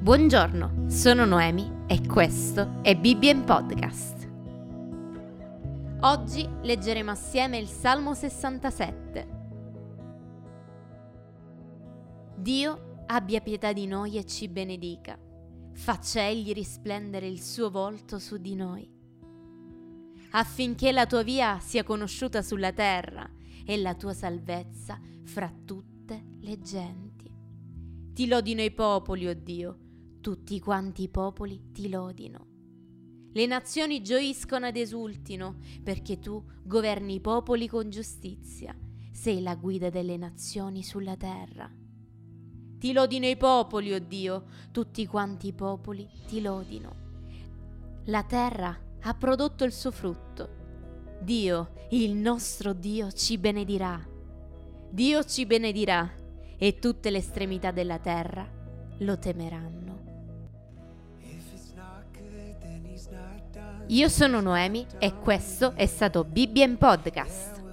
Buongiorno, sono Noemi e questo è Bibbia in Podcast. Oggi leggeremo assieme il Salmo 67. Dio abbia pietà di noi e ci benedica, faccia Egli risplendere il suo volto su di noi, affinché la tua via sia conosciuta sulla terra e la tua salvezza fra tutte le genti. Ti lodino i popoli, o Dio, tutti quanti i popoli ti lodino. Le nazioni gioiscono ed esultino, perché tu governi i popoli con giustizia, sei la guida delle nazioni sulla terra. Ti lodino i popoli, o Dio, tutti quanti i popoli ti lodino. La terra ha prodotto il suo frutto. Dio, il nostro Dio, ci benedirà. Dio ci benedirà e tutte le estremità della terra lo temeranno. Io sono Noemi e questo è stato Bibbia in Podcast.